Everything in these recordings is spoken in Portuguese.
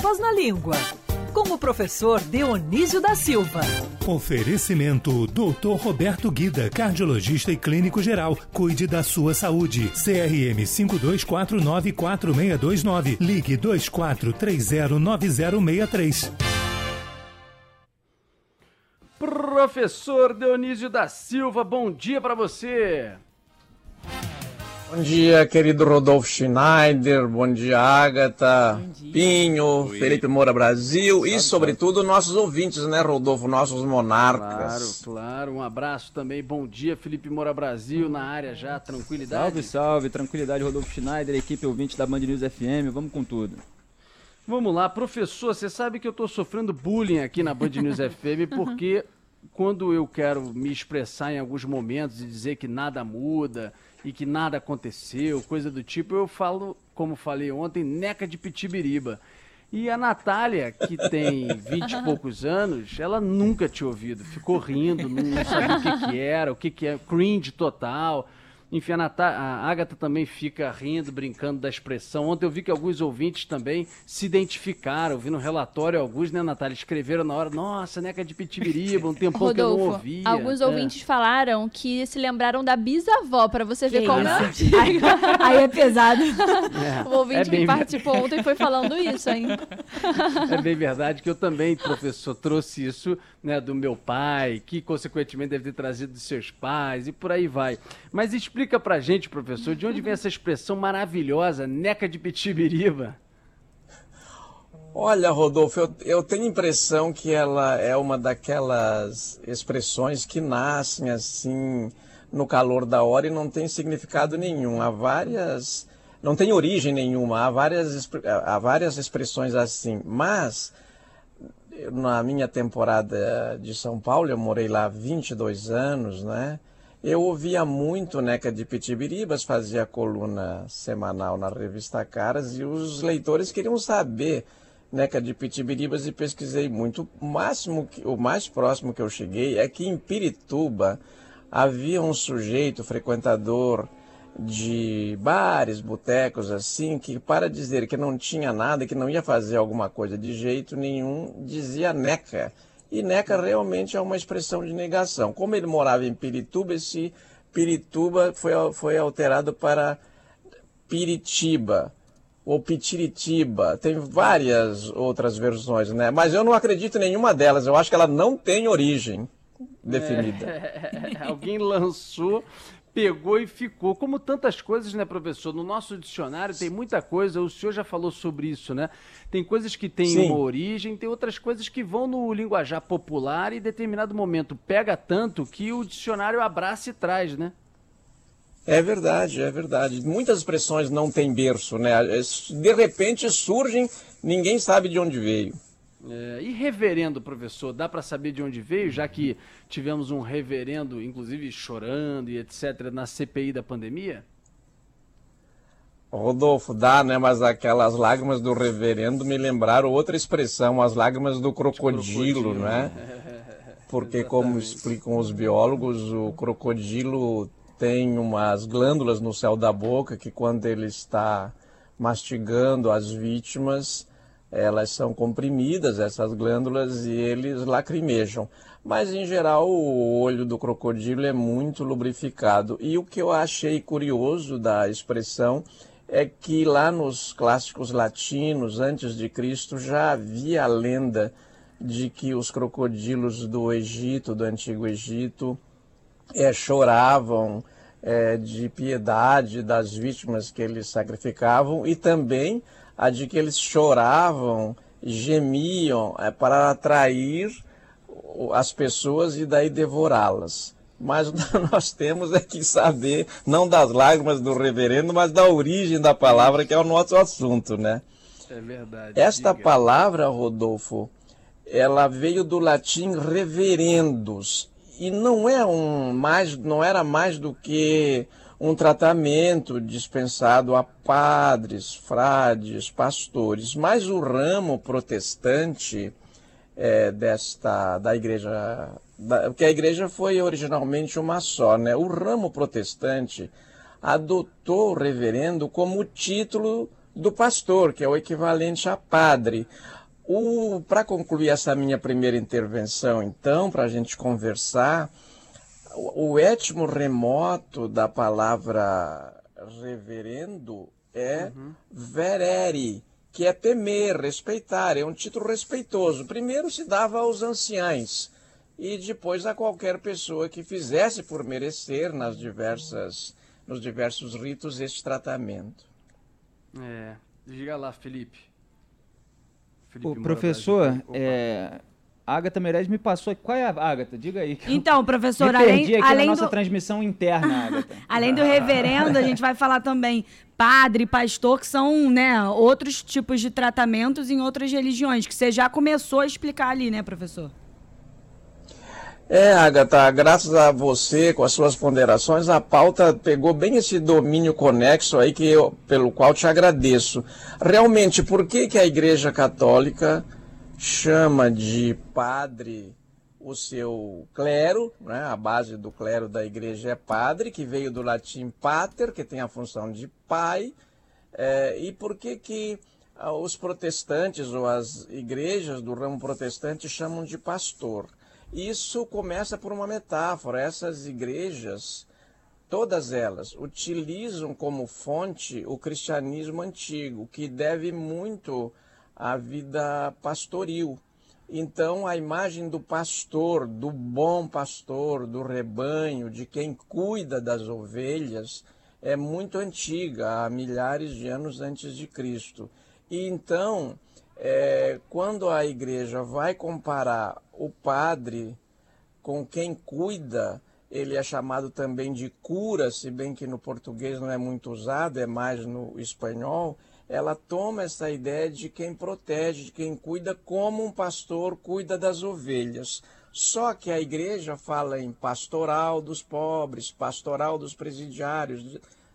Papas na Língua, com o professor Dionísio da Silva. Oferecimento Dr. Roberto Guida, cardiologista e clínico geral. Cuide da sua saúde. CRM 52494629. Ligue 24309063. Professor Dionísio da Silva, bom dia para você. Bom dia, querido Rodolfo Schneider, bom dia, Ágata, Pinho, oi. Felipe Moura Brasil e, sobretudo, nossos ouvintes, né, Rodolfo, nossos monarcas. Claro, um abraço também, bom dia, Felipe Moura Brasil, na área já, tranquilidade? Salve, tranquilidade, Rodolfo Schneider, equipe ouvinte da Band News FM, vamos com tudo. Vamos lá, professor, você sabe que eu tô sofrendo bullying aqui na Band News FM porque quando eu quero me expressar em alguns momentos e dizer que nada muda e que nada aconteceu, coisa do tipo, eu falo, como falei ontem, neca de pitibiriba. E a Natália, que tem 20 e poucos anos, ela nunca tinha ouvido, ficou rindo, não sabia o que era, o que é, cringe total. Enfim, a Ágata também fica rindo, brincando da expressão. Ontem eu vi que alguns ouvintes também se identificaram, vi no relatório alguns, né, Natália, escreveram na hora, nossa, neca de pitibiriba, um tempão Rodolfo, que eu não ouvia. Alguns ouvintes falaram que se lembraram da bisavó, pra você ver como é. Aí é pesado. O ouvinte que participou ontem foi falando isso, hein? É bem verdade que eu também, professor, trouxe isso, né, do meu pai, que consequentemente deve ter trazido dos seus pais e por aí vai. Mas explica pra gente, professor, de onde vem essa expressão maravilhosa, neca de pitibiriba? Olha, Rodolfo, eu tenho a impressão que ela é uma daquelas expressões que nascem assim no calor da hora e não tem significado nenhum. Não tem origem nenhuma, há várias expressões assim, mas na minha temporada de São Paulo, eu morei lá há 22 anos, né? Eu ouvia muito neca de pitibiribas, fazia coluna semanal na revista Caras e os leitores queriam saber neca de pitibiribas e pesquisei muito. O mais próximo que eu cheguei é que em Pirituba havia um sujeito frequentador de bares, botecos assim, que para dizer que não tinha nada, que não ia fazer alguma coisa de jeito nenhum, dizia neca. E neca realmente é uma expressão de negação. Como ele morava em Pirituba, esse Pirituba foi alterado para Piritiba ou Pitiritiba. Tem várias outras versões, né? Mas eu não acredito em nenhuma delas. Eu acho que ela não tem origem definida. Alguém lançou, pegou e ficou. Como tantas coisas, né, professor? No nosso dicionário tem muita coisa, o senhor já falou sobre isso, né? Tem coisas que têm uma origem, tem outras coisas que vão no linguajar popular e em determinado momento pega tanto que o dicionário abraça e traz, né? É verdade, é verdade. Muitas expressões não têm berço, né? De repente surgem, ninguém sabe de onde veio. E reverendo, professor, dá para saber de onde veio, já que tivemos um reverendo, inclusive chorando e etc., na CPI da pandemia? Rodolfo, dá, né? Mas aquelas lágrimas do reverendo me lembraram outra expressão, as lágrimas do crocodilo, né? Porque, como explicam os biólogos, o crocodilo tem umas glândulas no céu da boca que, quando ele está mastigando as vítimas, elas são comprimidas, essas glândulas, e eles lacrimejam. Mas, em geral, o olho do crocodilo é muito lubrificado. E o que eu achei curioso da expressão é que lá nos clássicos latinos, antes de Cristo, já havia a lenda de que os crocodilos do Egito, do Antigo Egito, choravam de piedade das vítimas que eles sacrificavam, e também a de que eles choravam, gemiam para atrair as pessoas e daí devorá-las. Mas nós temos que saber, não das lágrimas do reverendo, mas da origem da palavra, que é o nosso assunto, né? É verdade. Esta palavra, Rodolfo, ela veio do latim reverendus, e não era mais do que um tratamento dispensado a padres, frades, pastores, mas o ramo protestante da igreja, porque a igreja foi originalmente uma só, né? O ramo protestante adotou o reverendo como título do pastor, que é o equivalente a padre. Para concluir essa minha primeira intervenção, então, para a gente conversar, o étimo remoto da palavra reverendo é verere, que é temer, respeitar, é um título respeitoso. Primeiro se dava aos anciães e depois a qualquer pessoa que fizesse por merecer nos diversos ritos esse tratamento. Diga lá, Felipe. O professor, a Agatha Meirelles me passou. Qual é a Agatha? Diga aí. Então, professor, me perdi aqui além na nossa do... transmissão interna, Agatha. Além do reverendo, a gente vai falar também padre, pastor, que são, né, outros tipos de tratamentos em outras religiões, que você já começou a explicar ali, né, professor? Agatha, graças a você, com as suas ponderações, a pauta pegou bem esse domínio conexo aí pelo qual te agradeço. Realmente, por que a Igreja Católica chama de padre o seu clero, né? A base do clero da igreja é padre, que veio do latim pater, que tem a função de pai, e por que os protestantes ou as igrejas do ramo protestante chamam de pastor? Isso começa por uma metáfora. Essas igrejas, todas elas, utilizam como fonte o cristianismo antigo, que deve muito à vida pastoril. Então, a imagem do pastor, do bom pastor, do rebanho, de quem cuida das ovelhas, é muito antiga, há milhares de anos antes de Cristo. E então, quando a igreja vai comparar o padre com quem cuida, ele é chamado também de cura, se bem que no português não é muito usado, é mais no espanhol. Ela toma essa ideia de quem protege, de quem cuida, como um pastor cuida das ovelhas. Só que a igreja fala em pastoral dos pobres, pastoral dos presidiários,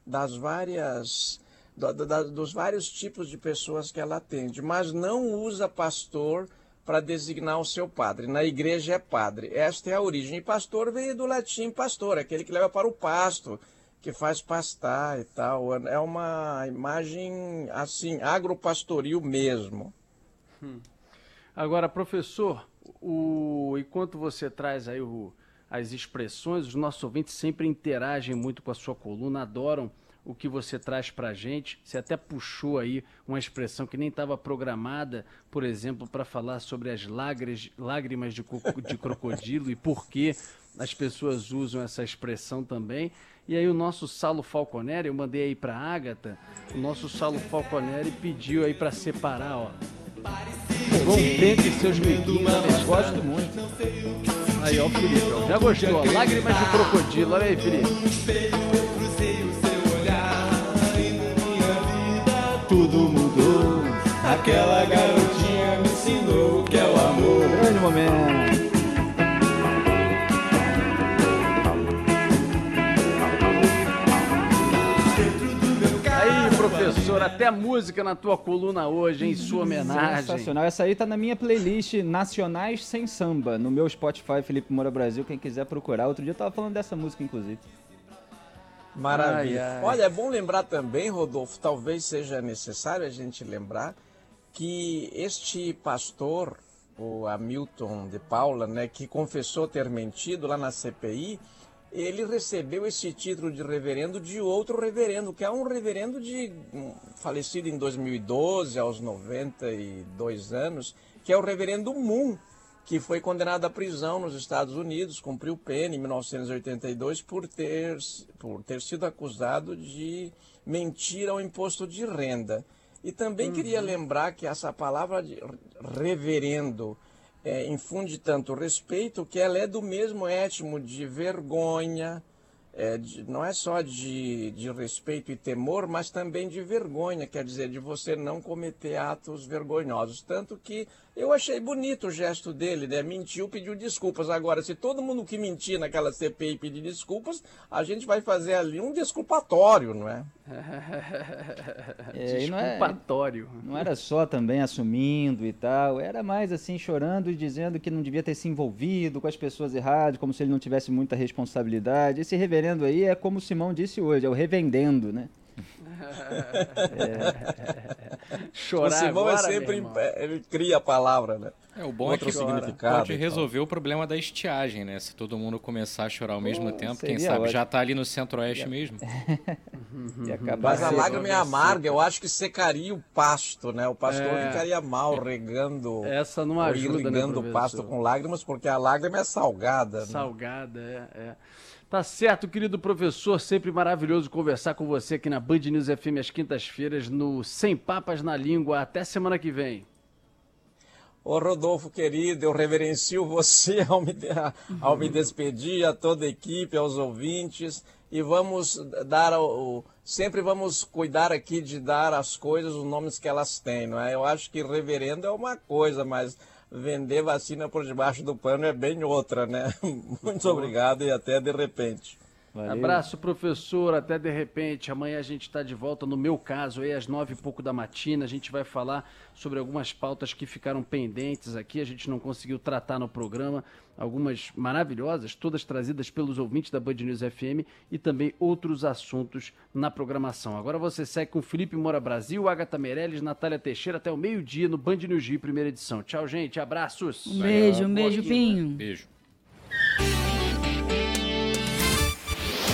dos vários tipos de pessoas que ela atende, mas não usa pastor para designar o seu padre. Na igreja é padre. Esta é a origem. E pastor veio do latim pastor, aquele que leva para o pasto, que faz pastar e tal. É uma imagem, assim, agropastoril mesmo. Agora, professor, enquanto você traz aí as expressões, os nossos ouvintes sempre interagem muito com a sua coluna, adoram o que você traz para a gente. Você até puxou aí uma expressão que nem estava programada, por exemplo, para falar sobre as lágrimas de crocodilo e por que as pessoas usam essa expressão também. E aí o nosso Saulo Falconeri, eu mandei aí para a Agatha, o nosso Saulo Falconeri pediu aí para separar, ó. João Bento e seus meninos, gosto muito. Aí, ó, o Felipe, ó, já gostou, ó, lágrimas de crocodilo, olha aí, Felipe. Tudo mudou, aquela garotinha me ensinou que é o amor. Grande momento. Aí, professor, até música na tua coluna hoje, em sua homenagem. Sensacional. Essa aí tá na minha playlist Nacionais Sem Samba, no meu Spotify, Felipe Moura Brasil, quem quiser procurar. Outro dia eu tava falando dessa música, inclusive. Maravilha. Olha, é bom lembrar também, Rodolfo, talvez seja necessário a gente lembrar que este pastor, o Hamilton de Paula, né, que confessou ter mentido lá na CPI, ele recebeu esse título de reverendo de outro reverendo, que é um reverendo falecido em 2012, aos 92 anos, que é o reverendo Moon, que foi condenado à prisão nos Estados Unidos, cumpriu pena em 1982 por ter sido acusado de mentir ao imposto de renda. E também queria lembrar que essa palavra de reverendo infunde tanto respeito que ela é do mesmo étimo de vergonha, não é só de respeito e temor, mas também de vergonha, quer dizer, de você não cometer atos vergonhosos. Tanto que eu achei bonito o gesto dele, né? Mentiu, pediu desculpas. Agora, se todo mundo que mentir naquela CPI pedir desculpas, a gente vai fazer ali um desculpatório, não é? Desculpatório. Não era só também assumindo e tal, era mais assim, chorando e dizendo que não devia ter se envolvido com as pessoas erradas, como se ele não tivesse muita responsabilidade. Esse reverendo aí é como o Simão disse hoje, é o revendendo, né? Chorar O Simão agora, é sempre, meu irmão. ele cria a palavra, né? O bom Outro é que significado pode e tal. resolver o problema da estiagem, né? Se todo mundo começar a chorar ao mesmo tempo, quem seria sabe ótimo. já tá ali no centro-oeste mesmo. E acabar Mas a cedo. lágrima é amarga, eu acho que secaria o pasto, né? O pastor ficaria mal regando, Essa não ou ajuda, né, irrigando o professor? pasto com lágrimas, porque a lágrima é salgada, né? Salgada, é. Tá certo, querido professor, sempre maravilhoso conversar com você aqui na Band News FM às quintas-feiras no Sem Papas na Língua. Até semana que vem. Ô Rodolfo, querido, eu reverencio você ao me despedir, a toda a equipe, aos ouvintes, e vamos dar, sempre vamos cuidar aqui de dar às coisas os nomes que elas têm, não é? Eu acho que reverendo é uma coisa, mas vender vacina por debaixo do pano é bem outra, né? Muito obrigado e até de repente. Valeu. Abraço, professor. Até de repente. Amanhã a gente está de volta, no meu caso, aí às 9h da matina. A gente vai falar sobre algumas pautas que ficaram pendentes aqui. A gente não conseguiu tratar no programa. Algumas maravilhosas, todas trazidas pelos ouvintes da Band News FM e também outros assuntos na programação. Agora você segue com Felipe Moura Brasil, Agatha Meirelles, Natália Teixeira até o meio-dia no Band News Rio, primeira edição. Tchau, gente. Abraços. Um beijo, Pinho. Beijo.